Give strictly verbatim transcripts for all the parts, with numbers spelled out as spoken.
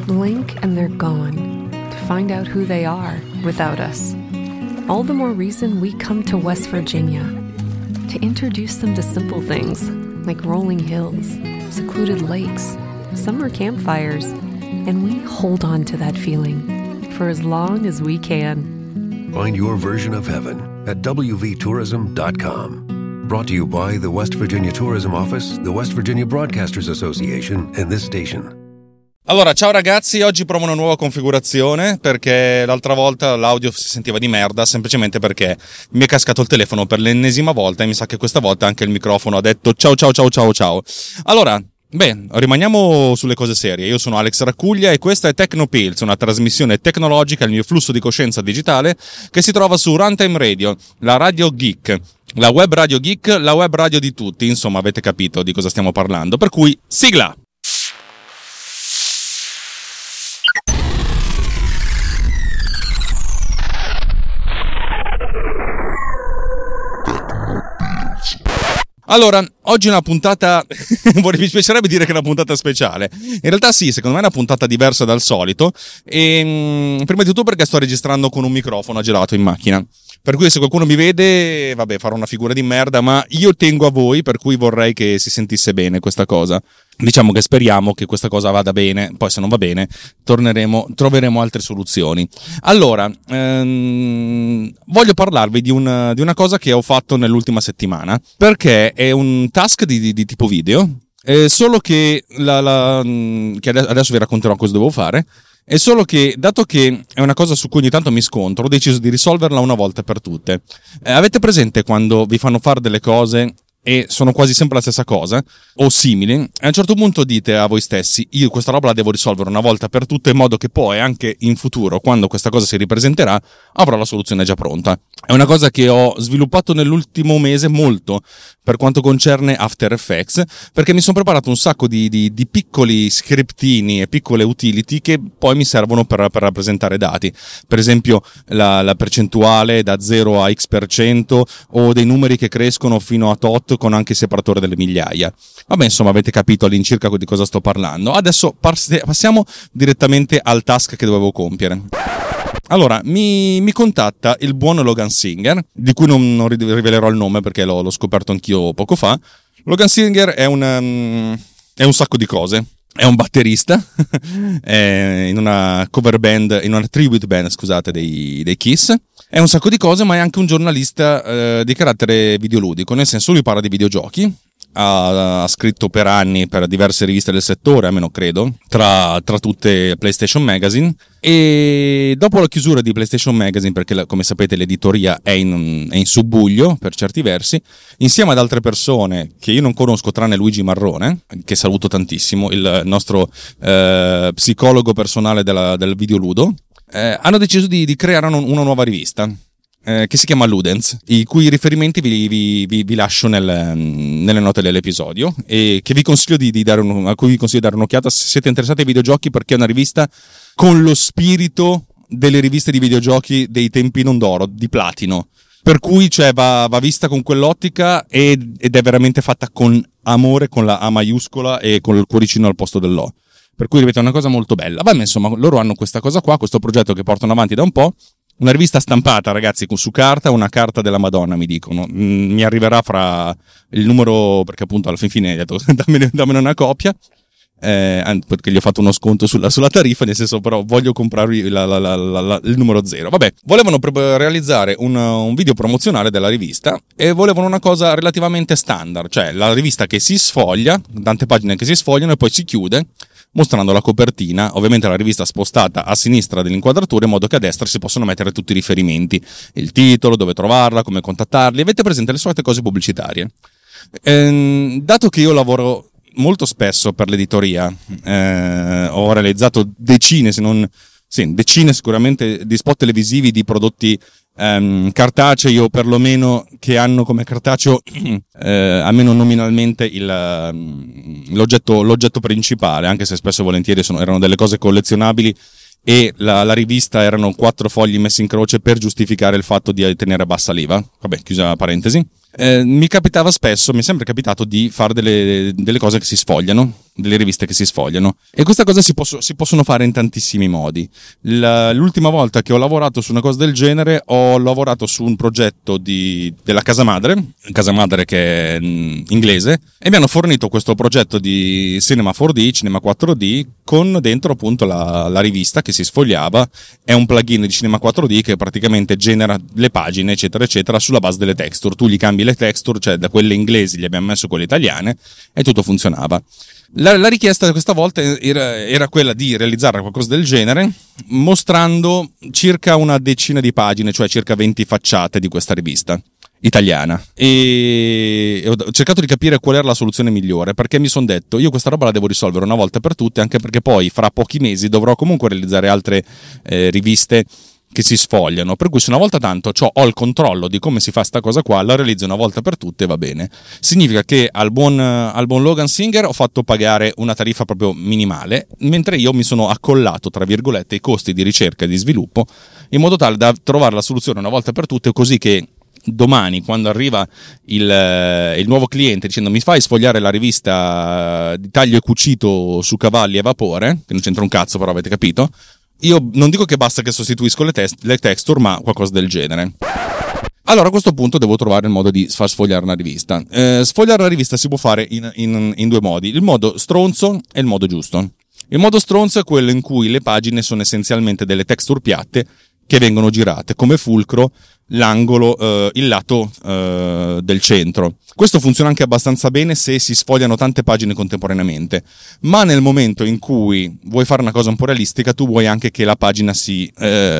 Blink and they're gone, to find out who they are without us. All the more reason we come to West Virginia, to introduce them to simple things like rolling hills, secluded lakes, summer campfires, and we hold on to that feeling for as long as we can. Find your version of heaven at w v tourism dot com. Brought to you by the West Virginia Tourism Office, the West Virginia Broadcasters Association, and this station. Allora, ciao ragazzi, oggi provo una nuova configurazione perché l'altra volta l'audio si sentiva di merda semplicemente perché mi è cascato il telefono per l'ennesima volta e mi sa che questa volta anche il microfono ha detto ciao ciao ciao ciao ciao. Allora, beh, rimaniamo sulle cose serie. Io sono Alex Raccuglia e questa è Tecnopills, una trasmissione tecnologica, il mio flusso di coscienza digitale che si trova su Runtime Radio, la radio geek. La web radio geek, la web radio di tutti, insomma avete capito di cosa stiamo parlando, per cui sigla! Allora, oggi è una puntata, mi piacerebbe dire che è una puntata speciale, in realtà sì, secondo me è una puntata diversa dal solito, e prima di tutto perché sto registrando con un microfono girato in macchina, per cui se qualcuno mi vede, vabbè, farò una figura di merda, ma io tengo a voi, per cui vorrei che si sentisse bene questa cosa. Diciamo che speriamo che questa cosa vada bene, poi se non va bene torneremo, troveremo altre soluzioni. Allora, ehm, voglio parlarvi di una, di una cosa che ho fatto nell'ultima settimana, perché è un task di, di, di tipo video, eh, solo che, la, la, che adesso vi racconterò cosa devo fare, è solo che, dato che è una cosa su cui ogni tanto mi scontro, ho deciso di risolverla una volta per tutte. Eh, avete presente quando vi fanno fare delle cose e sono quasi sempre la stessa cosa o simili, e a un certo punto dite a voi stessi: io questa roba la devo risolvere una volta per tutte, in modo che poi anche in futuro, quando questa cosa si ripresenterà, avrò la soluzione già pronta. È una cosa che ho sviluppato nell'ultimo mese molto per quanto concerne After Effects, perché mi sono preparato un sacco di, di, di piccoli scriptini e piccole utility che poi mi servono per, per rappresentare dati, per esempio la, la percentuale da zero a x per cento o dei numeri che crescono fino a tot con anche il separatore delle migliaia. Vabbè, insomma, avete capito all'incirca di cosa sto parlando. Adesso passiamo direttamente al task che dovevo compiere. Allora, mi, mi contatta il buon Logan Singer, di cui non, non rivelerò il nome perché l'ho, l'ho scoperto anch'io poco fa. Logan Singer è un, um, è un sacco di cose. È un batterista è in una cover band, in una tribute band, scusate, dei, dei Kiss. È un sacco di cose, ma è anche un giornalista eh, di carattere videoludico, nel senso lui parla di videogiochi. Ha, ha scritto per anni per diverse riviste del settore, almeno credo, tra, tra tutte PlayStation Magazine, e dopo la chiusura di PlayStation Magazine, perché come sapete l'editoria è in, è in subbuglio per certi versi, insieme ad altre persone che io non conosco tranne Luigi Marrone, che saluto tantissimo, il nostro eh, psicologo personale della, del videoludo, eh, hanno deciso di, di creare un, una nuova rivista Eh, che si chiama Ludens, i cui riferimenti vi, vi, vi, vi lascio nel, nelle note dell'episodio e che vi consiglio di, di dare un, a cui vi consiglio di dare un'occhiata se siete interessati ai videogiochi, perché è una rivista con lo spirito delle riviste di videogiochi dei tempi non d'oro, di platino, per cui cioè va, va vista con quell'ottica ed, ed è veramente fatta con amore, con la A maiuscola e con il cuoricino al posto dell'O, per cui ripeto, è una cosa molto bella. Vabbè, insomma, loro hanno questa cosa qua, questo progetto che portano avanti da un po'. Una rivista stampata, ragazzi, su carta, una carta della Madonna, mi dicono. Mm, mi arriverà fra il numero, perché appunto alla fin fine ho detto dammene, dammene una copia, eh, perché gli ho fatto uno sconto sulla, sulla tariffa, nel senso però voglio comprarvi la, la, la, la, la, il numero zero. Vabbè, volevano pre- realizzare un, un video promozionale della rivista e volevano una cosa relativamente standard, cioè la rivista che si sfoglia, tante pagine che si sfogliano e poi si chiude, mostrando la copertina, ovviamente la rivista spostata a sinistra dell'inquadratura in modo che a destra si possono mettere tutti i riferimenti, il titolo, dove trovarla, come contattarli, avete presente le solite cose pubblicitarie. Ehm, dato che io lavoro molto spesso per l'editoria, eh, ho realizzato decine, se non sì, decine sicuramente di spot televisivi di prodotti Um, cartacei o perlomeno che hanno come cartaceo eh, almeno nominalmente il, um, l'oggetto, l'oggetto principale, anche se spesso e volentieri sono, erano delle cose collezionabili e la, la rivista erano quattro fogli messi in croce per giustificare il fatto di tenere bassa l'I V A. Vabbè, chiusa la parentesi. Eh, mi capitava spesso, mi è sempre capitato di fare delle, delle cose che si sfogliano, delle riviste che si sfogliano. E questa cosa si, posso, si possono fare in tantissimi modi. La, l'ultima volta che ho lavorato su una cosa del genere, ho lavorato su un progetto di, della casa madre, casa madre che è mh, inglese, e mi hanno fornito questo progetto di cinema four D, cinema quattro D, con dentro appunto la, la rivista che si sfogliava. È un plugin di cinema quattro D che praticamente genera le pagine eccetera eccetera sulla base delle texture. Tu gli cambi le texture, cioè da quelle inglesi gli abbiamo messo quelle italiane e tutto funzionava. La, la richiesta questa volta era, era quella di realizzare qualcosa del genere, mostrando circa una decina di pagine, cioè circa venti facciate di questa rivista italiana, e ho cercato di capire qual era la soluzione migliore, perché mi sono detto io questa roba la devo risolvere una volta per tutte, anche perché poi fra pochi mesi dovrò comunque realizzare altre eh, riviste che si sfogliano, per cui se una volta tanto ho il controllo di come si fa sta cosa qua, la realizzo una volta per tutte e va bene. Significa che al buon, al buon Logan Singer ho fatto pagare una tariffa proprio minimale, mentre io mi sono accollato tra virgolette i costi di ricerca e di sviluppo, in modo tale da trovare la soluzione una volta per tutte, così che domani, quando arriva il, il nuovo cliente dicendo mi fai sfogliare la rivista di taglio e cucito su cavalli a vapore, che non c'entra un cazzo però avete capito, io non dico che basta che sostituisco le, test- le texture, ma qualcosa del genere. Allora a questo punto devo trovare il modo di far sfogliare una rivista. Eh, sfogliare una rivista si può fare in, in, in due modi, il modo stronzo e il modo giusto. Il modo stronzo è quello in cui le pagine sono essenzialmente delle texture piatte che vengono girate come fulcro l'angolo, eh, il lato eh, del centro. Questo funziona anche abbastanza bene se si sfogliano tante pagine contemporaneamente, ma nel momento in cui vuoi fare una cosa un po' realistica, tu vuoi anche che la pagina si,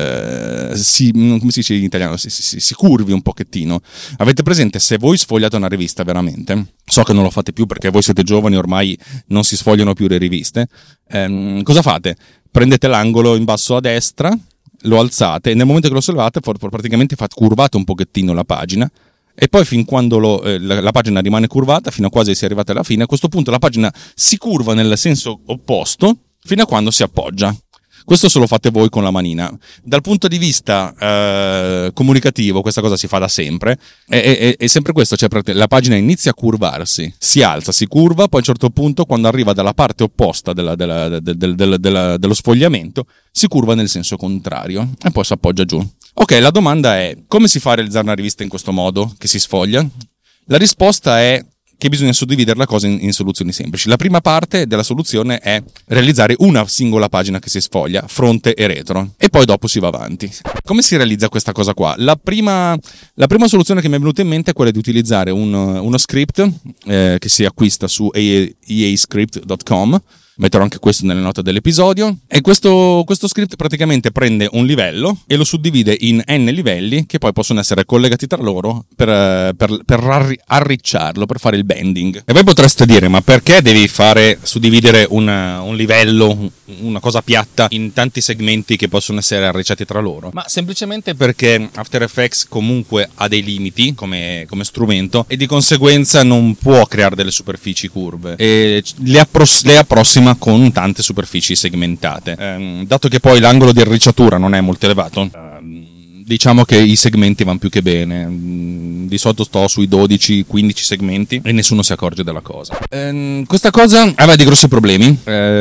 eh, si come si dice in italiano, si, si, si curvi un pochettino. Avete presente, se voi sfogliate una rivista veramente, so che non lo fate più perché voi siete giovani, ormai non si sfogliano più le riviste, ehm, cosa fate? Prendete l'angolo in basso a destra, lo alzate e nel momento che lo sollevate praticamente fate curvate un pochettino la pagina, e poi fin quando lo, eh, la, la pagina rimane curvata fino a quasi si è arrivati alla fine. A questo punto la pagina si curva nel senso opposto fino a quando si appoggia. Questo se lo fate voi con la manina. Dal punto di vista eh, comunicativo questa cosa si fa da sempre, è, è, è sempre questo, cioè la pagina inizia a curvarsi, si alza, si curva, poi a un certo punto quando arriva dalla parte opposta della, della, del, del, del, della, dello sfogliamento si curva nel senso contrario e poi si appoggia giù. Ok, la domanda è: come si fa a realizzare una rivista in questo modo, che si sfoglia? La risposta è che bisogna suddividere la cosa in, in soluzioni semplici. La prima parte della soluzione è realizzare una singola pagina che si sfoglia, fronte e retro, e poi dopo si va avanti. Come si realizza questa cosa qua? La prima, la prima soluzione che mi è venuta in mente è quella di utilizzare un, uno script eh, che si acquista su e a script punto com. Metterò anche questo nelle note dell'episodio. E questo, questo script praticamente prende un livello e lo suddivide in n livelli che poi possono essere collegati tra loro per, per, per arri- arricciarlo, per fare il bending. E voi potreste dire: ma perché devi fare suddividere una, un livello, una cosa piatta, in tanti segmenti che possono essere arricciati tra loro? Ma semplicemente perché After Effects comunque ha dei limiti come, come strumento, e di conseguenza non può creare delle superfici curve e le, appros- le approssima con tante superfici segmentate. Ehm, dato che poi l'angolo di arricciatura non è molto elevato, ehm, diciamo che i segmenti vanno più che bene. Ehm, di solito sto sui dodici quindici segmenti e nessuno si accorge della cosa. Ehm, questa cosa aveva dei grossi problemi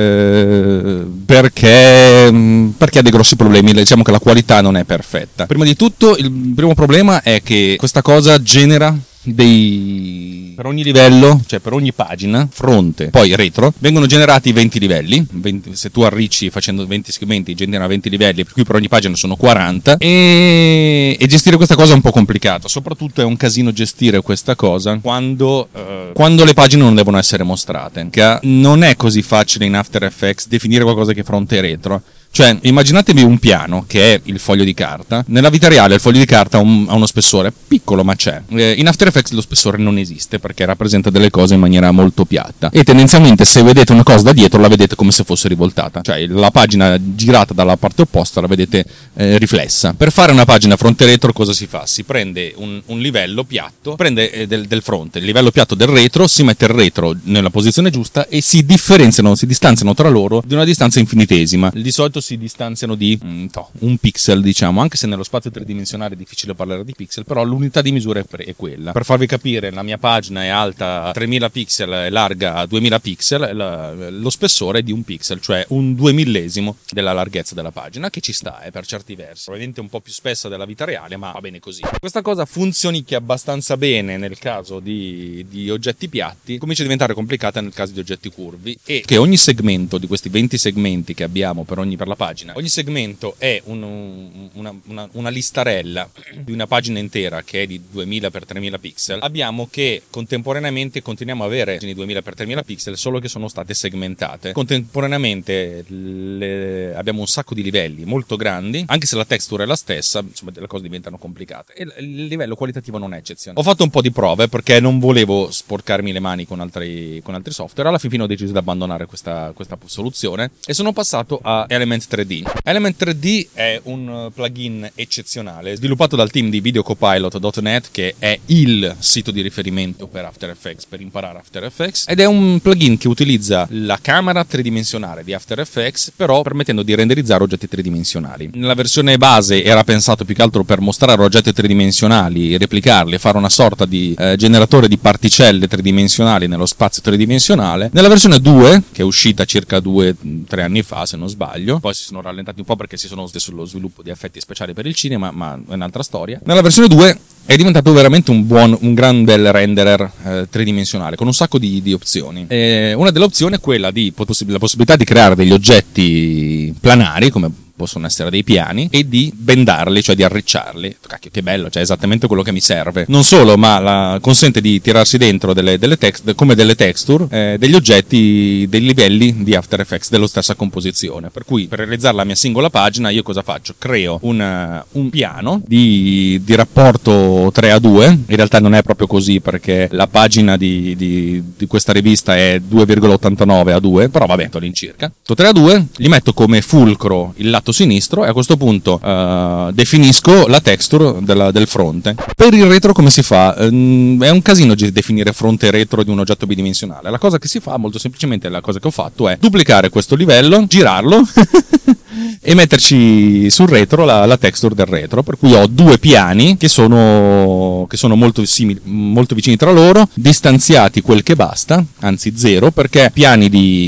eh, perché, perché ha dei grossi problemi. Diciamo che la qualità non è perfetta. Prima di tutto, il primo problema è che questa cosa genera dei, per ogni livello, cioè per ogni pagina, fronte poi retro, vengono generati venti livelli. venti, se tu arricci facendo venti segmenti genera venti livelli, per cui per ogni pagina sono quaranta, e, e gestire questa cosa è un po' complicato. Soprattutto è un casino gestire questa cosa quando, uh, quando le pagine non devono essere mostrate, che non è così facile in After Effects definire qualcosa che è fronte e retro. Cioè, immaginatevi un piano che è il foglio di carta. Nella vita reale il foglio di carta ha, un, ha uno spessore piccolo, ma c'è. Eh, in After Effects lo spessore non esiste perché rappresenta delle cose in maniera molto piatta. E tendenzialmente se vedete una cosa da dietro la vedete come se fosse rivoltata. Cioè la pagina girata dalla parte opposta la vedete eh, riflessa. Per fare una pagina fronte e retro cosa si fa? Si prende un, un livello piatto, prende eh, del, del fronte, il livello piatto del retro, si mette il retro nella posizione giusta e si differenziano, si distanziano tra loro di una distanza infinitesima. Di solito solito si distanziano di mm, no, un pixel, diciamo, anche se nello spazio tridimensionale è difficile parlare di pixel, però l'unità di misura è, è quella. Per farvi capire, la mia pagina è alta tremila pixel e larga duemila pixel, la, lo spessore è di un pixel, cioè un duemillesimo della larghezza della pagina, che ci sta, eh, per certi versi. Probabilmente un po' più spessa della vita reale, ma va bene così. Questa cosa funzionicchia abbastanza bene nel caso di, di oggetti piatti, comincia a diventare complicata nel caso di oggetti curvi, e che ogni segmento di questi venti segmenti che abbiamo per ogni per la pagina, ogni segmento è un, un, una, una, una listarella di una pagina intera che è di duemila per tremila pixel. Abbiamo che contemporaneamente continuiamo a avere di duemila per tremila pixel, solo che sono state segmentate. Contemporaneamente le, abbiamo un sacco di livelli molto grandi, anche se la texture è la stessa, insomma le cose diventano complicate e il livello qualitativo non è eccezionale. Ho fatto un po' di prove perché non volevo sporcarmi le mani con altri, con altri software. Alla fine ho deciso di abbandonare questa, questa soluzione e sono passato a Element tre D. Element tre D è un plugin eccezionale sviluppato dal team di videocopilot punto net, che è il sito di riferimento per After Effects, per imparare After Effects, ed è un plugin che utilizza la camera tridimensionale di After Effects, però permettendo di renderizzare oggetti tridimensionali. Nella versione base era pensato più che altro per mostrare oggetti tridimensionali, replicarli, fare una sorta di eh, generatore di particelle tridimensionali nello spazio tridimensionale. Nella versione due, che è uscita circa due tre anni fa se non sbaglio, poi si sono rallentati un po' perché si sono sullo sviluppo di effetti speciali per il cinema, ma è un'altra storia. Nella versione due è diventato veramente un buon, un gran bel renderer eh, tridimensionale con un sacco di, di opzioni. E una delle opzioni è quella di la possibilità di creare degli oggetti planari, come possono essere dei piani, e di bendarli, cioè di arricciarli. Cacchio, che bello, cioè esattamente quello che mi serve. Non solo, ma la, consente di tirarsi dentro delle, delle text, come delle texture, eh, degli oggetti, dei livelli di After Effects della stessa composizione. Per cui per realizzare la mia singola pagina io cosa faccio? Creo un, un piano di, di rapporto tre a due, in realtà non è proprio così perché la pagina di, di, di questa rivista è due virgola ottantanove a due, però vabbè, all'incirca. tre a due, gli metto come fulcro il lato sinistro e a questo punto uh, definisco la texture della, del fronte. Per il retro come si fa? Um, è un casino definire fronte e retro di un oggetto bidimensionale. La cosa che si fa molto semplicemente, la cosa che ho fatto è duplicare questo livello, girarlo e metterci sul retro la, la texture del retro, per cui ho due piani che sono, che sono molto simili, molto vicini tra loro, distanziati quel che basta, anzi zero, perché piani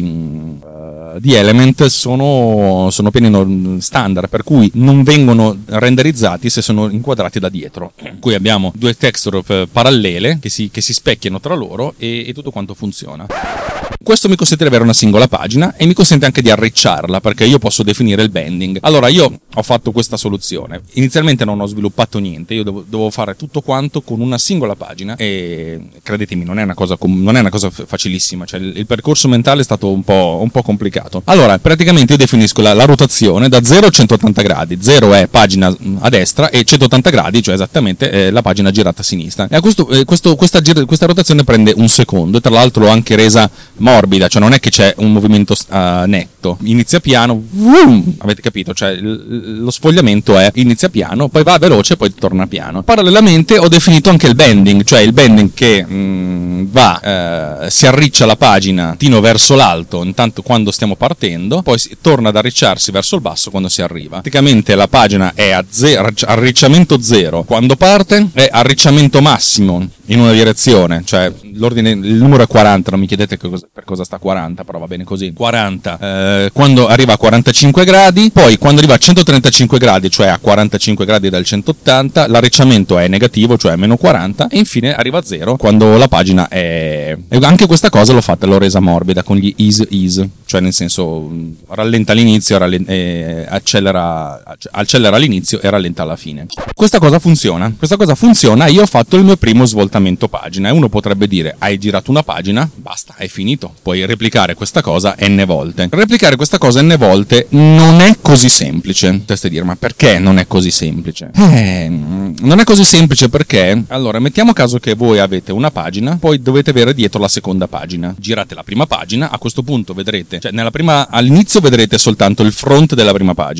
di di Element sono, sono piani standard, per cui non vengono renderizzati se sono inquadrati da dietro. Qui abbiamo due texture parallele che si, che si specchiano tra loro e, e tutto quanto funziona. Questo mi consente di avere una singola pagina e mi consente anche di arricciarla, perché io posso definire il bending. Allora io ho fatto questa soluzione. Inizialmente non ho sviluppato niente, io dovevo, dovevo fare tutto quanto con una singola pagina e credetemi non è una cosa, non è una cosa facilissima, cioè il, il percorso mentale è stato un po', un po' complicato. Allora praticamente io definisco la, la rotazione da zero a centottanta gradi. zero è pagina a destra e centottanta gradi, cioè esattamente eh, la pagina girata a sinistra. E a questo, eh, questo, questa, questa rotazione prende un secondo e tra l'altro l'ho anche resa morbida, cioè non è che c'è un movimento uh, netto, inizia piano, vroom, avete capito, cioè l- lo sfogliamento è inizia piano, poi va veloce, poi torna piano. Parallelamente ho definito anche il bending, cioè il bending che mh, va, eh, si arriccia la pagina tino verso l'alto intanto quando stiamo partendo, poi si torna ad arricciarsi verso il basso quando si arriva. Praticamente la pagina è a zero, arricciamento zero quando parte, è arricciamento massimo in una direzione, cioè l'ordine, il numero è quaranta, non mi chiedete che cosa, per cosa sta quaranta, però va bene così, quaranta eh, quando arriva a quarantacinque gradi, poi quando arriva a centotrentacinque gradi, cioè a quarantacinque gradi dal centottanta, l'arricciamento è negativo, cioè meno quaranta, e infine arriva a zero quando la pagina è... E anche questa cosa l'ho fatta, l'ho resa morbida con gli ease ease, cioè nel senso rallenta all'inizio, rallenta, eh, accelera, accelera all'inizio e rallenta alla fine. Questa cosa funziona, questa cosa funziona, io ho fatto il mio primo svoltamento pagina e uno potrebbe dire hai girato una pagina, basta, è finito, puoi replicare questa cosa n volte. Replicare questa cosa n volte non è così semplice. Potreste dire, ma perché non è così semplice? Eh, non è così semplice perché, allora, mettiamo caso che voi avete una pagina, poi dovete avere dietro la seconda pagina. Girate la prima pagina, a questo punto vedrete, cioè nella prima, all'inizio vedrete soltanto il front della prima pagina, che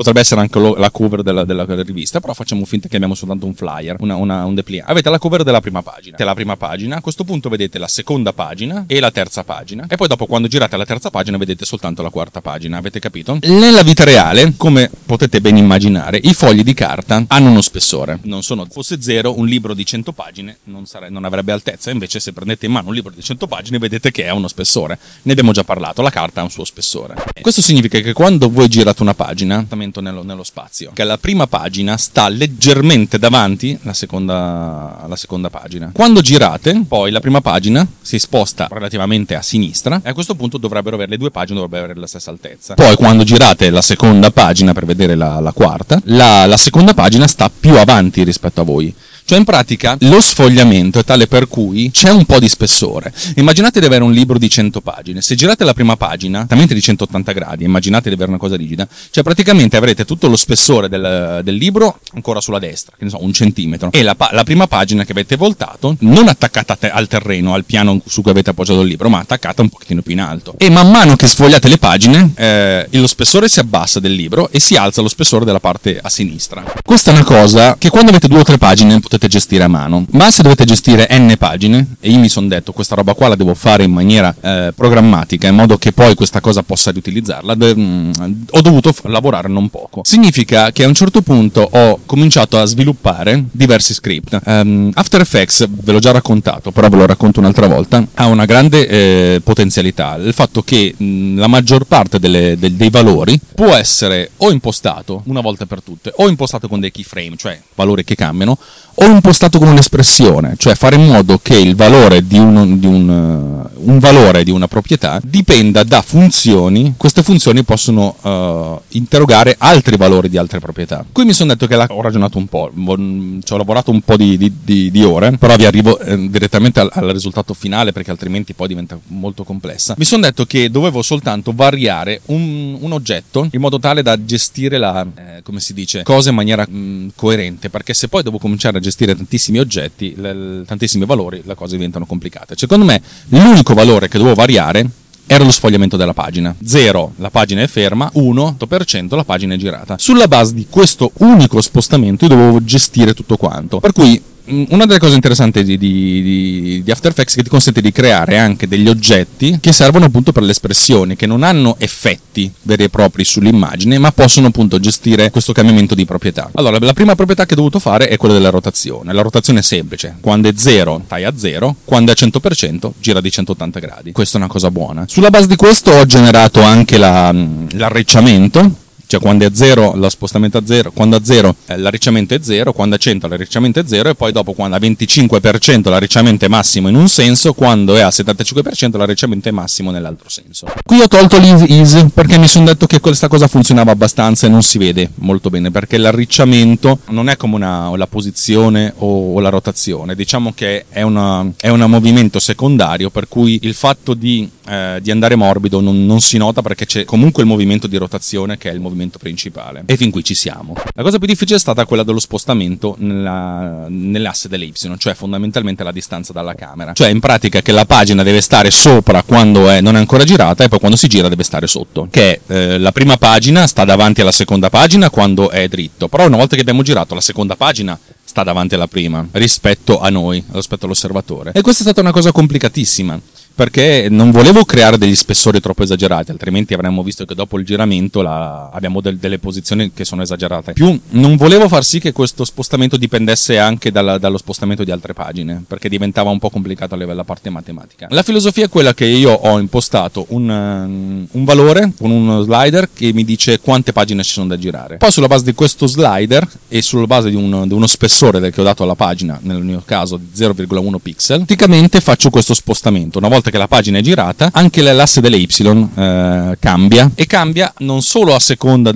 potrebbe essere anche lo, la cover della, della, della rivista, però facciamo finta che abbiamo soltanto un flyer, una, una, un dépliant. Avete la cover della prima pagina, la prima pagina, a questo punto vedete la seconda pagina e la terza pagina, e poi dopo quando girate la terza pagina vedete soltanto la quarta pagina, avete capito? Nella vita reale, come potete ben immaginare, i fogli di carta hanno uno spessore, non sono, fosse zero un libro di cento pagine non, sare, non avrebbe altezza, invece se prendete in mano un libro di cento pagine vedete che ha uno spessore, ne abbiamo già parlato, la carta ha un suo spessore. Questo significa che quando voi girate una pagina, nello, nello spazio, che la prima pagina sta leggermente davanti alla seconda, alla seconda pagina. Quando girate, poi la prima pagina si sposta relativamente a sinistra e a questo punto dovrebbero avere le due pagine, dovrebbero avere la stessa altezza. Poi quando girate la seconda pagina per vedere la, la quarta, la, la seconda pagina sta più avanti rispetto a voi. Cioè in pratica lo sfogliamento è tale per cui c'è un po' di spessore. Immaginate di avere un libro di cento pagine, se girate la prima pagina, esattamente di centottanta gradi, immaginate di avere una cosa rigida, cioè praticamente avrete tutto lo spessore del, del libro ancora sulla destra, che ne so, un centimetro, e la, la prima pagina che avete voltato, non attaccata te- al terreno, al piano su cui avete appoggiato il libro, ma attaccata un pochettino più in alto. E man mano che sfogliate le pagine, eh, lo spessore si abbassa del libro e si alza lo spessore della parte a sinistra. Questa è una cosa che quando avete due o tre pagine potete gestire a mano, ma se dovete gestire n pagine, e io mi sono detto questa roba qua la devo fare in maniera eh, programmatica in modo che poi questa cosa possa riutilizzarla, de- mh, ho dovuto f- lavorare non poco. Significa che a un certo punto ho cominciato a sviluppare diversi script. um, After Effects, ve l'ho già raccontato, però ve lo racconto un'altra volta, ha una grande eh, potenzialità, il fatto che mh, la maggior parte delle, del, dei valori può essere o impostato una volta per tutte, o impostato con dei keyframe, cioè valori che cambiano, o impostato con un'espressione, cioè fare in modo che il valore di un, di un, uh, un valore di una proprietà dipenda da funzioni. Queste funzioni possono uh, interrogare altri valori di altre proprietà. Qui mi sono detto che la, ho ragionato un po', ci ho lavorato un po' di, di, di, di ore, però vi arrivo eh, direttamente al, al risultato finale perché altrimenti poi diventa molto complessa. Mi sono detto che dovevo soltanto variare un, un oggetto in modo tale da gestire la, eh, come si dice, cose in maniera mh, coerente, perché se poi devo cominciare a gestire tantissimi oggetti, le, le, tantissimi valori, le cose diventano complicate. Secondo me l'unico valore che dovevo variare era lo sfogliamento della pagina. zero la pagina è ferma, uno otto per cento la pagina è girata. Sulla base di questo unico spostamento io dovevo gestire tutto quanto, per cui una delle cose interessanti di, di, di After Effects è che ti consente di creare anche degli oggetti che servono appunto per le espressioni, che non hanno effetti veri e propri sull'immagine, ma possono appunto gestire questo cambiamento di proprietà. Allora, la prima proprietà che ho dovuto fare è quella della rotazione. La rotazione è semplice: quando è zero stai a zero, quando è a cento per cento gira di centottanta gradi. Questa è una cosa buona. Sulla base di questo ho generato anche la, l'arricciamento. Cioè quando è a zero lo spostamento a zero, quando a zero eh, l'arricciamento è zero, quando a cento l'arricciamento è zero, e poi dopo quando a venticinque per cento l'arricciamento è massimo in un senso, quando è a settantacinque per cento l'arricciamento è massimo nell'altro senso. Qui ho tolto l'ease ease perché mi sono detto che questa cosa funzionava abbastanza e non si vede molto bene, perché l'arricciamento non è come una, la posizione o, o la rotazione, diciamo che è un è un movimento secondario, per cui il fatto di, eh, di andare morbido non, non si nota, perché c'è comunque il movimento di rotazione che è il movimento principale, e fin qui ci siamo. La cosa più difficile è stata quella dello spostamento nella, nell'asse delle Y, cioè fondamentalmente la distanza dalla camera, cioè in pratica che la pagina deve stare sopra quando è, non è ancora girata, e poi quando si gira deve stare sotto, che eh, la prima pagina sta davanti alla seconda pagina quando è dritto, però una volta che abbiamo girato la seconda pagina sta davanti alla prima rispetto a noi, rispetto all'osservatore, e questa è stata una cosa complicatissima, perché non volevo creare degli spessori troppo esagerati, altrimenti avremmo visto che dopo il giramento la... abbiamo del, delle posizioni che sono esagerate. Più non volevo far sì che questo spostamento dipendesse anche dalla, dallo spostamento di altre pagine, perché diventava un po' complicato a livello della parte matematica. La filosofia è quella che io ho impostato un, um, un valore con uno slider che mi dice quante pagine ci sono da girare. Poi sulla base di questo slider e sulla base di, un, di uno spessore che ho dato alla pagina, nel mio caso di zero virgola uno pixel, praticamente faccio questo spostamento. Una volta che la pagina è girata, anche l'asse delle Y eh, cambia, e cambia non solo a seconda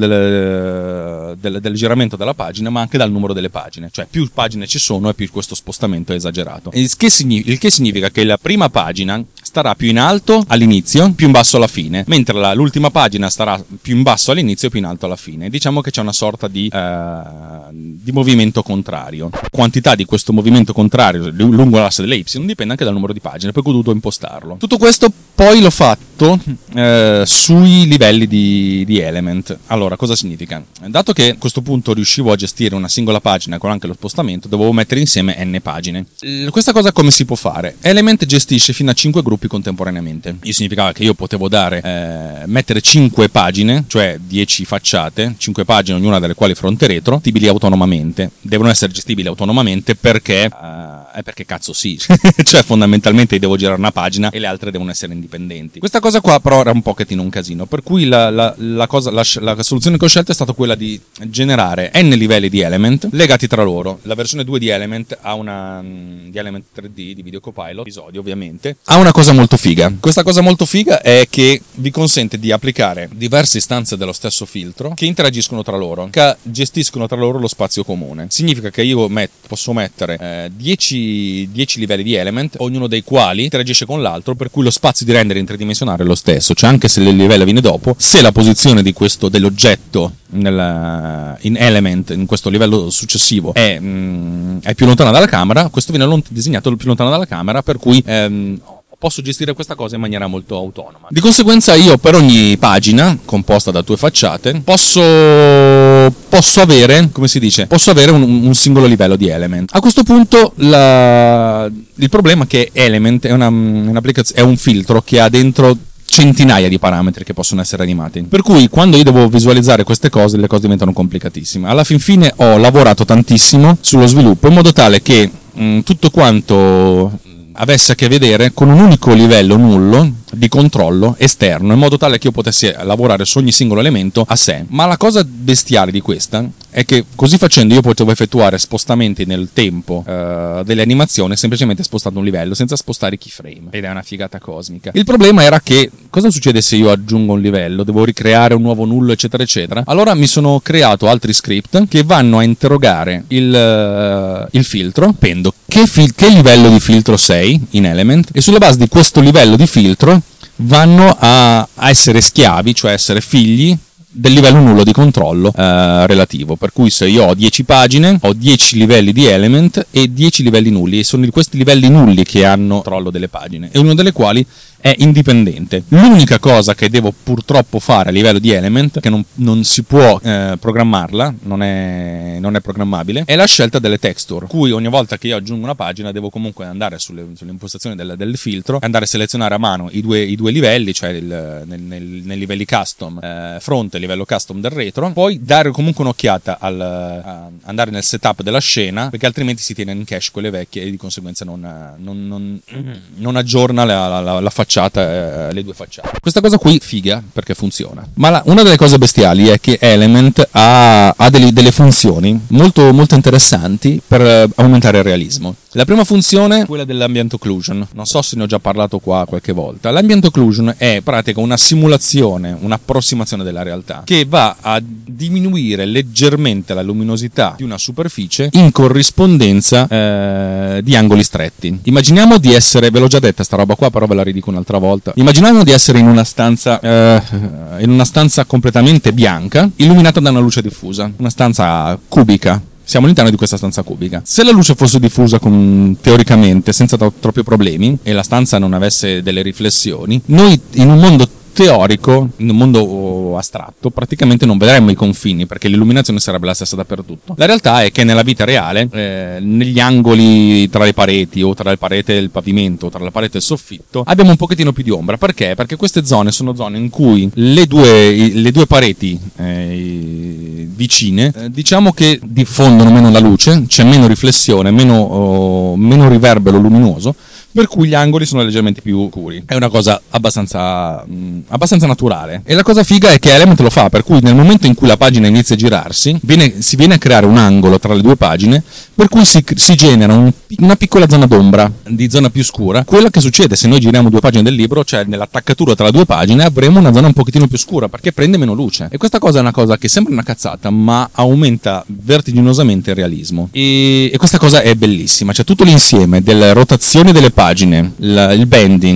del, del, del giramento della pagina, ma anche dal numero delle pagine, cioè più pagine ci sono e più questo spostamento è esagerato. Il che, significa, il che significa che la prima pagina starà più in alto all'inizio, più in basso alla fine, mentre la, l'ultima pagina starà più in basso all'inizio e più in alto alla fine. Diciamo che c'è una sorta di, eh, di movimento contrario. La quantità di questo movimento contrario lungo l'asse delle Y dipende anche dal numero di pagine, per cui ho dovuto impostarlo. Tutto questo poi l'ho fatto eh, sui livelli di, di Element. Allora, cosa significa? Dato che a questo punto riuscivo a gestire una singola pagina con anche lo spostamento, dovevo mettere insieme n pagine. Questa cosa come si può fare? Element gestisce fino a cinque gruppi contemporaneamente. Io significava che io potevo dare eh, mettere cinque pagine, cioè dieci facciate, cinque pagine ognuna delle quali fronte e retro, gestibili autonomamente. Devono essere gestibili autonomamente perché uh, è perché cazzo sì. Cioè fondamentalmente devo girare una pagina e le altre devono essere indipendenti. Questa cosa qua però era un pochettino un casino, per cui la, la, la, cosa, la, la soluzione che ho scelto è stata quella di generare n livelli di Element legati tra loro. La versione due di Element ha una di Element tre D di Video Copilot, episodio ovviamente, ha una cosa molto figa. Questa cosa molto figa è che vi consente di applicare diverse istanze dello stesso filtro che interagiscono tra loro, che gestiscono tra loro lo spazio comune. Significa che io met- posso mettere eh, dieci, dieci livelli di Element, ognuno dei quali interagisce con l'altro, per cui lo spazio di rendere in tridimensionale è lo stesso, cioè anche se il livello viene dopo, se la posizione di questo dell'oggetto nel, in Element, in questo livello successivo, è, mh, è più lontana dalla camera, questo viene lont- disegnato più lontano dalla camera, per cui ehm, posso gestire questa cosa in maniera molto autonoma. Di conseguenza io per ogni pagina composta da due facciate posso, posso avere, come si dice, posso avere un, un singolo livello di Element. A questo punto la, il problema è che Element è, una, un'applicaz- è un filtro che ha dentro centinaia di parametri che possono essere animati, per cui quando io devo visualizzare queste cose le cose diventano complicatissime. Alla fin fine ho lavorato tantissimo sullo sviluppo in modo tale che mh, tutto quanto avesse a che vedere con un unico livello nullo di controllo esterno, in modo tale che io potessi lavorare su ogni singolo elemento a sé. Ma la cosa bestiale di questa è che così facendo io potevo effettuare spostamenti nel tempo uh, delle animazioni semplicemente spostando un livello senza spostare i keyframe, ed è una figata cosmica. Il problema era che cosa succede se io aggiungo un livello, devo ricreare un nuovo nullo eccetera eccetera. Allora mi sono creato altri script che vanno a interrogare il, uh, il filtro, pendo che, fil- che livello di filtro sei in Element, e sulla base di questo livello di filtro vanno a, a essere schiavi, cioè essere figli del livello nullo di controllo eh, relativo. Per cui se io ho dieci pagine, ho dieci livelli di Element e dieci livelli nulli, e sono di questi livelli nulli che hanno controllo delle pagine, e uno delle quali è indipendente. L'unica cosa che devo purtroppo fare a livello di Element, che non, non si può eh, programmarla, non è, non è programmabile, è la scelta delle texture, cui ogni volta che io aggiungo una pagina devo comunque andare sulle, sulle impostazioni del, del filtro, andare a selezionare a mano i due, i due livelli, cioè il, nel, nel, nei livelli custom eh, front e livello custom del retro, poi dare comunque un'occhiata al a andare nel setup della scena, perché altrimenti si tiene in cache quelle vecchie e di conseguenza non, non, non, non aggiorna la, la, la facciata, le due facciate. Questa cosa qui figa perché funziona, ma la, una delle cose bestiali è che Element ha, ha delle, delle funzioni molto, molto interessanti per aumentare il realismo. La prima funzione è quella dell'ambient occlusion, non so se ne ho già parlato qua qualche volta. L'ambient occlusion è in pratica una simulazione, un'approssimazione della realtà che va a diminuire leggermente la luminosità di una superficie in corrispondenza eh, di angoli stretti. Immaginiamo di essere, ve l'ho già detta sta roba qua, però ve la ridico un'altra volta. Immaginiamo di essere in una stanza eh, in una stanza completamente bianca, illuminata da una luce diffusa, una stanza cubica. Siamo all'interno di questa stanza cubica. Se la luce fosse diffusa con, teoricamente senza tro- troppi problemi e la stanza non avesse delle riflessioni, noi in un mondo teorico, in un mondo astratto, praticamente non vedremmo i confini perché l'illuminazione sarebbe la stessa dappertutto. La realtà è che nella vita reale, eh, negli angoli tra le pareti o tra le pareti e il pavimento o tra la parete e il soffitto, abbiamo un pochettino più di ombra. Perché? Perché queste zone sono zone in cui le due, le due pareti eh, vicine, eh, diciamo che diffondono meno la luce, c'è meno riflessione, meno, oh, meno riverbero luminoso, per cui gli angoli sono leggermente più scuri. È una cosa abbastanza mh, abbastanza naturale. E la cosa figa è che Element lo fa, per cui nel momento in cui la pagina inizia a girarsi, viene, si viene a creare un angolo tra le due pagine, per cui si, si genera un, una piccola zona d'ombra, di zona più scura. Quello che succede se noi giriamo due pagine del libro, cioè nell'attaccatura tra le due pagine, avremo una zona un pochettino più scura, perché prende meno luce. E questa cosa è una cosa che sembra una cazzata, ma aumenta vertiginosamente il realismo. E, e questa cosa è bellissima. C'è tutto l'insieme delle rotazioni delle pagine, il bending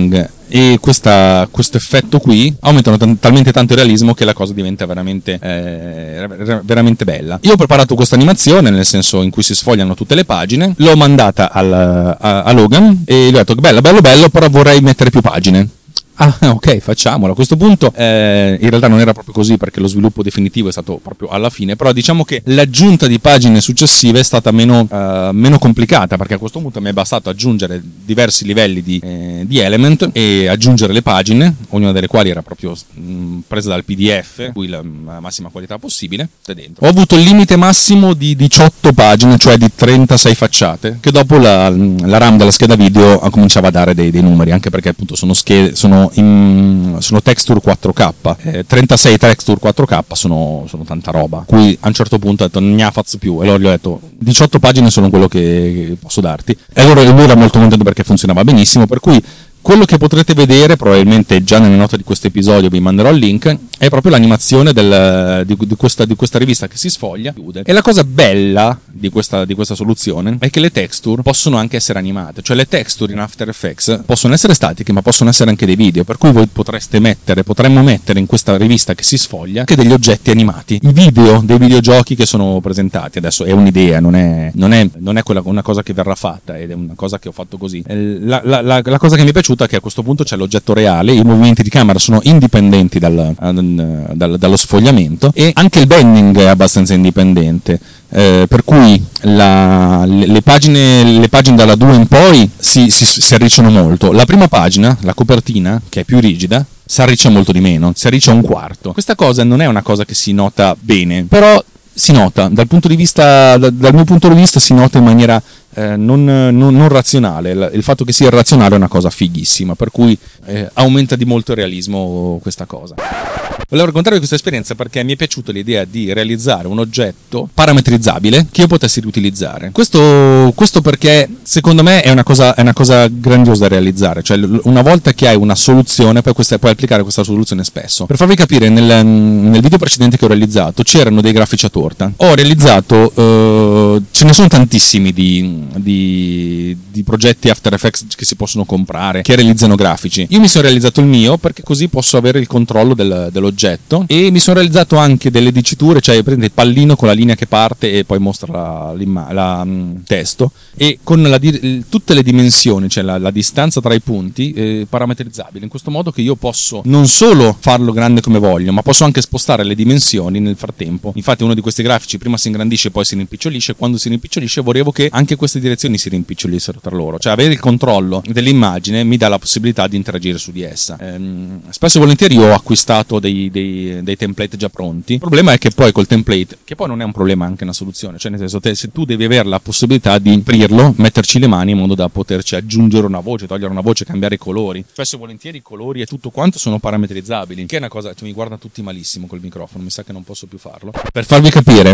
e questa, questo effetto qui aumentano t- talmente tanto il realismo che la cosa diventa veramente, eh, veramente bella. Io ho preparato questa animazione, nel senso in cui si sfogliano tutte le pagine, l'ho mandata al, a, a Logan e gli ho detto bello, bello, bello, però vorrei mettere più pagine. Ah, ok, facciamolo. A questo punto eh, in realtà non era proprio così, perché lo sviluppo definitivo è stato proprio alla fine, però diciamo che l'aggiunta di pagine successive è stata meno, uh, meno complicata, perché a questo punto mi è bastato aggiungere diversi livelli di, eh, di element e aggiungere le pagine, ognuna delle quali era proprio mh, presa dal P D F, cui la, la massima qualità possibile, da dentro. Ho avuto il limite massimo di diciotto pagine, cioè di trentasei facciate, che dopo la, la RAM della scheda video cominciava a dare dei, dei numeri, anche perché appunto sono schede, sono In, sono texture quattro K, eh, trentasei texture quattro K sono, sono tanta roba, qui a un certo punto ho detto non ne ha fazzo più, e allora gli ho detto diciotto pagine sono quello che, che posso darti, e allora lui era molto contento perché funzionava benissimo, per cui quello che potrete vedere probabilmente già nelle note di questo episodio, vi manderò il link, è proprio l'animazione del, di, di, questa, di questa rivista che si sfoglia, chiude. E la cosa bella di questa, di questa soluzione è che le texture possono anche essere animate, cioè le texture in After Effects possono essere statiche ma possono essere anche dei video, per cui voi potreste mettere, potremmo mettere in questa rivista che si sfoglia anche degli oggetti animati, i video dei videogiochi che sono presentati. Adesso è un'idea, non è, non è, non è quella, una cosa che verrà fatta, ed è una cosa che ho fatto così. La, la, la, la cosa che mi è piaciuta è che a questo punto c'è l'oggetto reale, i movimenti di camera sono indipendenti dal, dal, dallo sfogliamento, e anche il bending è abbastanza indipendente, eh, per cui la, le, le, pagine, le pagine dalla due in poi si, si, si arricciano molto. La prima pagina, la copertina, che è più rigida, si arriccia molto di meno, si arriccia un quarto. Questa cosa non è una cosa che si nota bene, però si nota, dal punto di vista, dal, dal mio punto di vista si nota in maniera Eh, non, non, non razionale. Il, il fatto che sia irrazionale è una cosa fighissima, per cui eh, aumenta di molto il realismo questa cosa. Volevo raccontarvi questa esperienza perché mi è piaciuta l'idea di realizzare un oggetto parametrizzabile che io potessi riutilizzare. Questo, questo perché secondo me è una cosa, è una cosa grandiosa da realizzare, cioè una volta che hai una soluzione poi questa, puoi applicare questa soluzione spesso. Per farvi capire, nel, nel video precedente che ho realizzato c'erano dei grafici a torta. Ho realizzato, eh, ce ne sono tantissimi di Di, di progetti After Effects che si possono comprare, che realizzano grafici. Io mi sono realizzato il mio perché così posso avere il controllo del, dell'oggetto, e mi sono realizzato anche delle diciture, cioè prende il pallino con la linea che parte e poi mostra la, la, la um, testo, e con la, tutte le dimensioni, cioè la, la distanza tra i punti eh, parametrizzabile, in questo modo che io posso non solo farlo grande come voglio, ma posso anche spostare le dimensioni nel frattempo. Infatti uno di questi grafici prima si ingrandisce e poi si rimpicciolisce. Quando si rimpicciolisce volevo che anche queste direzioni si rimpicciolissero tra loro, cioè avere il controllo dell'immagine mi dà la possibilità di interagire su di essa. Ehm, spesso e volentieri ho acquistato dei, dei, dei template già pronti. Il problema è che poi col template, che poi non è un problema, è anche una soluzione, cioè nel senso te, se tu devi avere la possibilità di aprirlo, metterci le mani in modo da poterci aggiungere una voce, togliere una voce, cambiare i colori. Spesso e volentieri i colori e tutto quanto sono parametrizzabili, che è una cosa, cioè, mi guarda tutti malissimo col microfono, mi sa che non posso più farlo. Per farvi capire,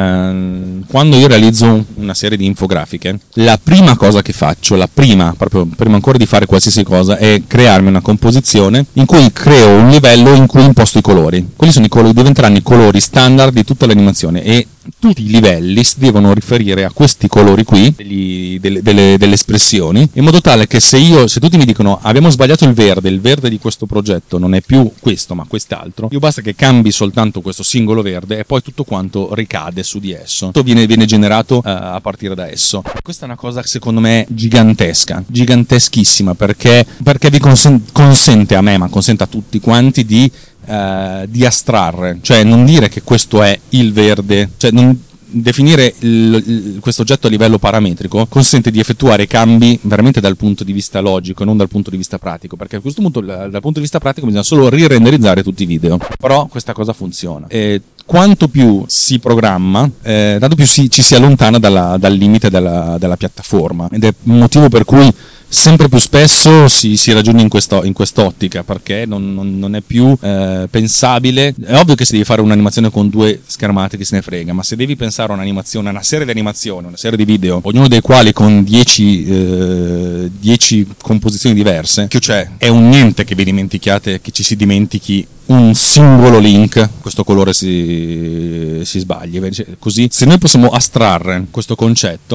ehm, quando io realizzo una serie di infografiche, la prima cosa che faccio, la prima, proprio prima ancora di fare qualsiasi cosa, è crearmi una composizione in cui creo un livello in cui imposto i colori. Quelli sono i colori, diventeranno i colori standard di tutta l'animazione, e tutti i livelli si devono riferire a questi colori qui, degli, delle, delle, delle espressioni, in modo tale che se io, se tutti mi dicono abbiamo sbagliato il verde, il verde di questo progetto non è più questo ma quest'altro, io basta che cambi soltanto questo singolo verde e poi tutto quanto ricade su di esso, tutto viene, viene generato uh, a partire da esso. Questa è una cosa secondo me gigantesca, giganteschissima, perché, perché vi consen- consente a me, ma consente a tutti quanti di Uh, di astrarre, cioè non dire che questo è il verde, cioè non definire il, il, questo oggetto a livello parametrico consente di effettuare cambi veramente dal punto di vista logico e non dal punto di vista pratico, perché a questo punto dal punto di vista pratico bisogna solo rirenderizzare tutti i video, però questa cosa funziona. E quanto più si programma, eh, tanto più si, ci si allontana dalla, dal limite della, della piattaforma, ed è il motivo per cui sempre più spesso si, si raggiunge in, questo, in quest'ottica, perché non, non, non è più eh, pensabile. È ovvio che se devi fare un'animazione con due schermate che se ne frega, ma se devi pensare a un'animazione, una serie di animazioni, una serie di video, ognuno dei quali con dieci composizioni diverse, che cioè è un niente che vi dimentichiate, che ci si dimentichi un singolo link, questo colore si, si sbaglia. Così, se noi possiamo astrarre questo concetto,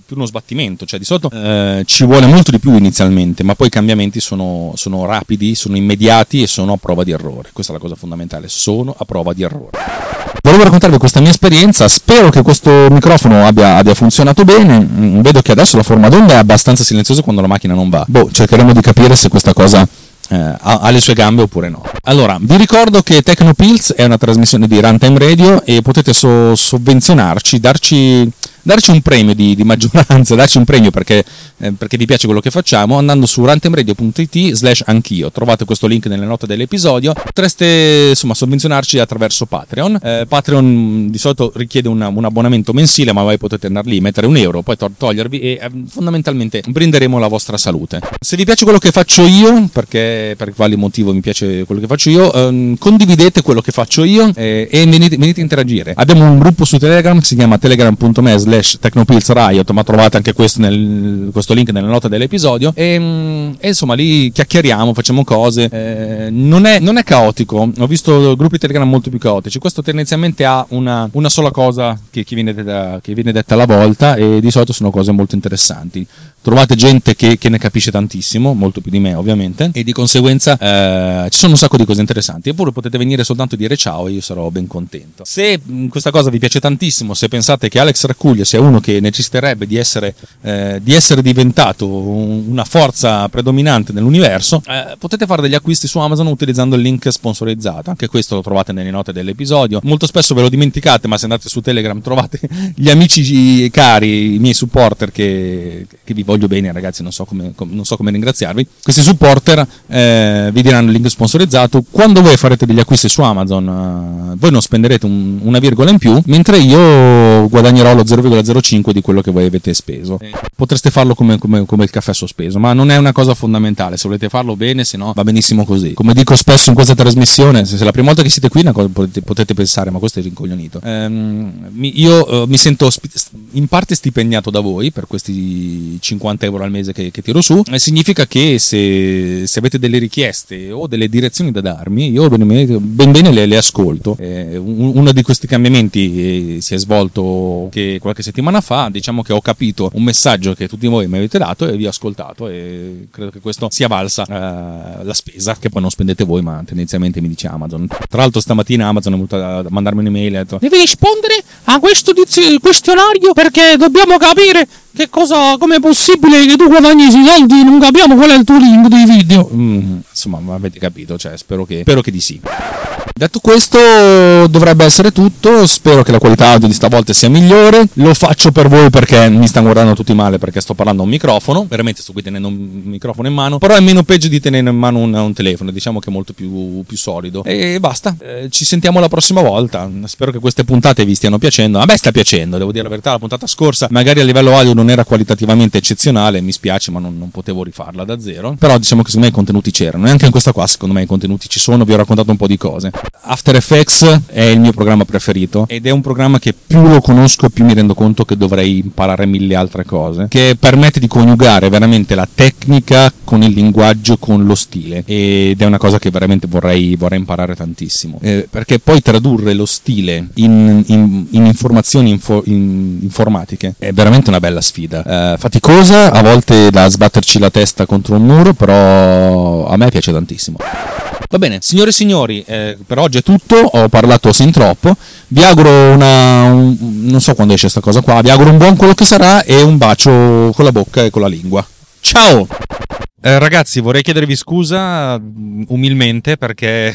più uno sbattimento, cioè di solito eh, ci vuole molto di più inizialmente, ma poi i cambiamenti sono, sono rapidi, sono immediati e sono a prova di errore. Questa è la cosa fondamentale, sono a prova di errore. Volevo raccontarvi questa mia esperienza, spero che questo microfono abbia, abbia funzionato bene. Vedo che adesso la forma d'onda è abbastanza silenziosa quando la macchina non va. Boh, cercheremo di capire se questa cosa eh, ha, ha le sue gambe oppure no. Allora, vi ricordo che Tecnopills è una trasmissione di Runtime Radio e potete so- sovvenzionarci, darci... darci un premio di, di maggioranza, darci un premio perché, eh, perché vi piace quello che facciamo, andando su runtimeradio.it slash anch'io. Trovate questo link nelle note dell'episodio. Potreste insomma sovvenzionarci attraverso Patreon. Eh, Patreon di solito richiede una, un abbonamento mensile, ma voi potete andare lì, mettere un euro, poi to- togliervi e eh, fondamentalmente brinderemo la vostra salute. Se vi piace quello che faccio io, perché per quale motivo mi piace quello che faccio io, ehm, condividete quello che faccio io eh, e venite, venite a interagire. Abbiamo un gruppo su Telegram che si chiama telegram.me slash Tecnopills Riot, ma trovate anche questo, nel, questo link nelle note dell'episodio e, e insomma lì chiacchieriamo, facciamo cose, eh, non, è, non è caotico. Ho visto gruppi Telegram molto più caotici. Questo tendenzialmente ha una, una sola cosa che, che, viene detta, che viene detta alla volta e di solito sono cose molto interessanti. Trovate gente che, che ne capisce tantissimo, molto più di me ovviamente, e di conseguenza eh, ci sono un sacco di cose interessanti. Eppure potete venire soltanto a dire ciao e io sarò ben contento. Se mh, questa cosa vi piace tantissimo, se pensate che Alex Raccuglia sia uno che necessiterebbe di essere, eh, di essere diventato un, una forza predominante nell'universo, eh, potete fare degli acquisti su Amazon utilizzando il link sponsorizzato. Anche questo lo trovate nelle note dell'episodio. Molto spesso ve lo dimenticate, ma se andate su Telegram trovate gli amici cari, i miei supporter che, che vi voglio bene, ragazzi, non so come, com, non so come ringraziarvi. Questi supporter eh, vi diranno il link sponsorizzato. Quando voi farete degli acquisti su Amazon, eh, voi non spenderete un, una virgola in più, mentre io guadagnerò lo zero virgola zero cinque di quello che voi avete speso. Potreste farlo come, come, come il caffè sospeso, ma non è una cosa fondamentale. Se volete farlo bene, se no va benissimo così. Come dico spesso in questa trasmissione, se è la prima volta che siete qui, una cosa potete, potete pensare, ma questo è rincoglionito. Ehm, io eh, mi sento sp- in parte stipendiato da voi per questi cinquanta euro al mese che, che tiro su. Eh, significa che se, se avete delle richieste o delle direzioni da darmi, io ben bene, ben bene le, le ascolto. Eh, un, uno di questi cambiamenti eh, si è svolto che qualche settimana fa. Diciamo che ho capito un messaggio che tutti voi mi avete dato e vi ho ascoltato, e credo che questo sia valsa eh, la spesa, che poi non spendete voi, ma tendenzialmente mi dice Amazon. Tra l'altro stamattina Amazon è venuta a mandarmi un'email e ha detto: devi rispondere a questo questionario perché dobbiamo capire che cosa, com'è possibile che tu guadagni i soldi, non capiamo qual è il tuo link dei video. Mm, insomma, avete capito, cioè spero che, spero che di sì. Detto questo, dovrebbe essere tutto. Spero che la qualità audio di stavolta sia migliore. Lo faccio per voi perché mi stanno guardando tutti male, perché sto parlando a un microfono. Veramente sto qui tenendo un microfono in mano, però è meno peggio di tenere in mano un, un telefono. Diciamo che è molto più, più solido. E basta, eh, ci sentiamo la prossima volta. Spero che queste puntate vi stiano piacendo. A me sta piacendo, devo dire la verità. La puntata scorsa magari a livello audio non era qualitativamente eccezionale, mi spiace, ma non, non potevo rifarla da zero. Però diciamo che secondo me i contenuti c'erano, e anche in questa qua secondo me i contenuti ci sono. Vi ho raccontato un po' di cose. After Effects è il mio programma preferito ed è un programma che più lo conosco più mi rendo conto che dovrei imparare mille altre cose, che permette di coniugare veramente la tecnica con il linguaggio, con lo stile, ed è una cosa che veramente vorrei, vorrei imparare tantissimo, eh, perché poi tradurre lo stile in, in, in informazioni info, in, informatiche è veramente una bella sfida, eh, faticosa, a volte da sbatterci la testa contro un muro, però a me piace tantissimo. Va bene, signore e signori, eh, per oggi è tutto, ho parlato sin troppo, vi auguro una, un, non so quando esce sta cosa qua, vi auguro un buon quello che sarà e un bacio con la bocca e con la lingua. Ciao! Eh, ragazzi, vorrei chiedervi scusa umilmente perché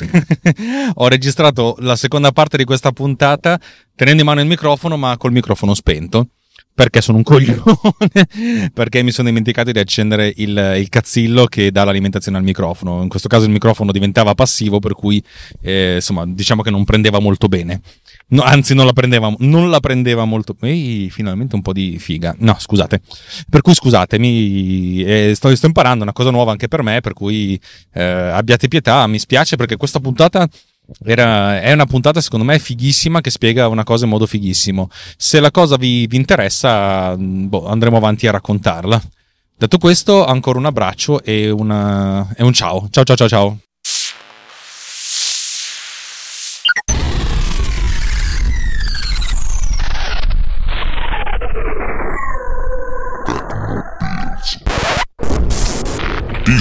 ho registrato la seconda parte di questa puntata tenendo in mano il microfono ma col microfono spento. Perché sono un coglione, perché mi sono dimenticato di accendere il, il cazzillo che dà l'alimentazione al microfono. In questo caso il microfono diventava passivo, per cui eh, insomma diciamo che non prendeva molto bene. No, anzi non la prendeva, non la prendeva molto. Ehi, finalmente un po' di figa. No, scusate. Per cui scusatemi, eh, sto, sto imparando una cosa nuova anche per me, per cui eh, abbiate pietà. Mi spiace perché questa puntata Era, è una puntata secondo me fighissima che spiega una cosa in modo fighissimo. Se la cosa vi, vi interessa, boh, andremo avanti a raccontarla. Detto questo, ancora un abbraccio e, una, e un ciao. Ciao ciao ciao ciao.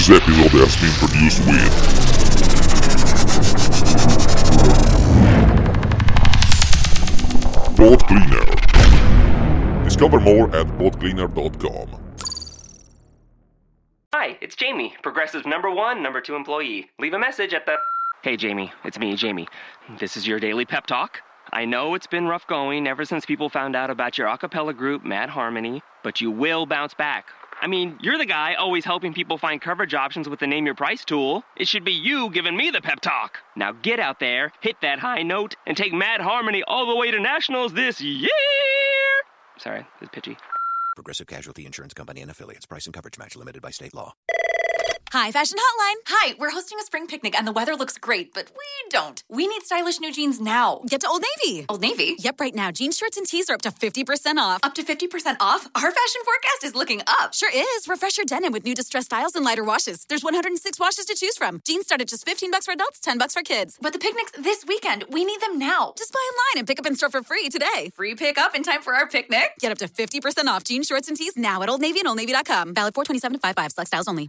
This episode has been produced with Pod Cleaner. Discover more at pod cleaner dot com. Hi, it's Jamie, Progressive's number one, number two employee. Leave a message at the... Hey, Jamie, it's me, Jamie. This is your daily pep talk. I know it's been rough going ever since people found out about your a cappella group, Mad Harmony, but you will bounce back. I mean, you're the guy always helping people find coverage options with the Name Your Price tool. It should be you giving me the pep talk. Now get out there, hit that high note, and take Mad Harmony all the way to nationals this year! Sorry, it's pitchy. Progressive Casualty Insurance Company and Affiliates. Price and coverage match limited by state law. Hi, Fashion Hotline. Hi, we're hosting a spring picnic and the weather looks great, but we don't. We need stylish new jeans now. Get to Old Navy. Old Navy? Yep, right now. Jeans, shorts, and tees are up to fifty percent off. Up to fifty percent off? Our fashion forecast is looking up. Sure is. Refresh your denim with new distressed styles and lighter washes. There's one hundred six washes to choose from. Jeans start at just fifteen bucks for adults, ten bucks for kids. But the picnic's this weekend. We need them now. Just buy online and pick up in store for free today. Free pickup in time for our picnic? Get up to fifty percent off jeans, shorts, and tees now at Old Navy and old navy dot com. Valid four twenty-seven to five five. Select styles only.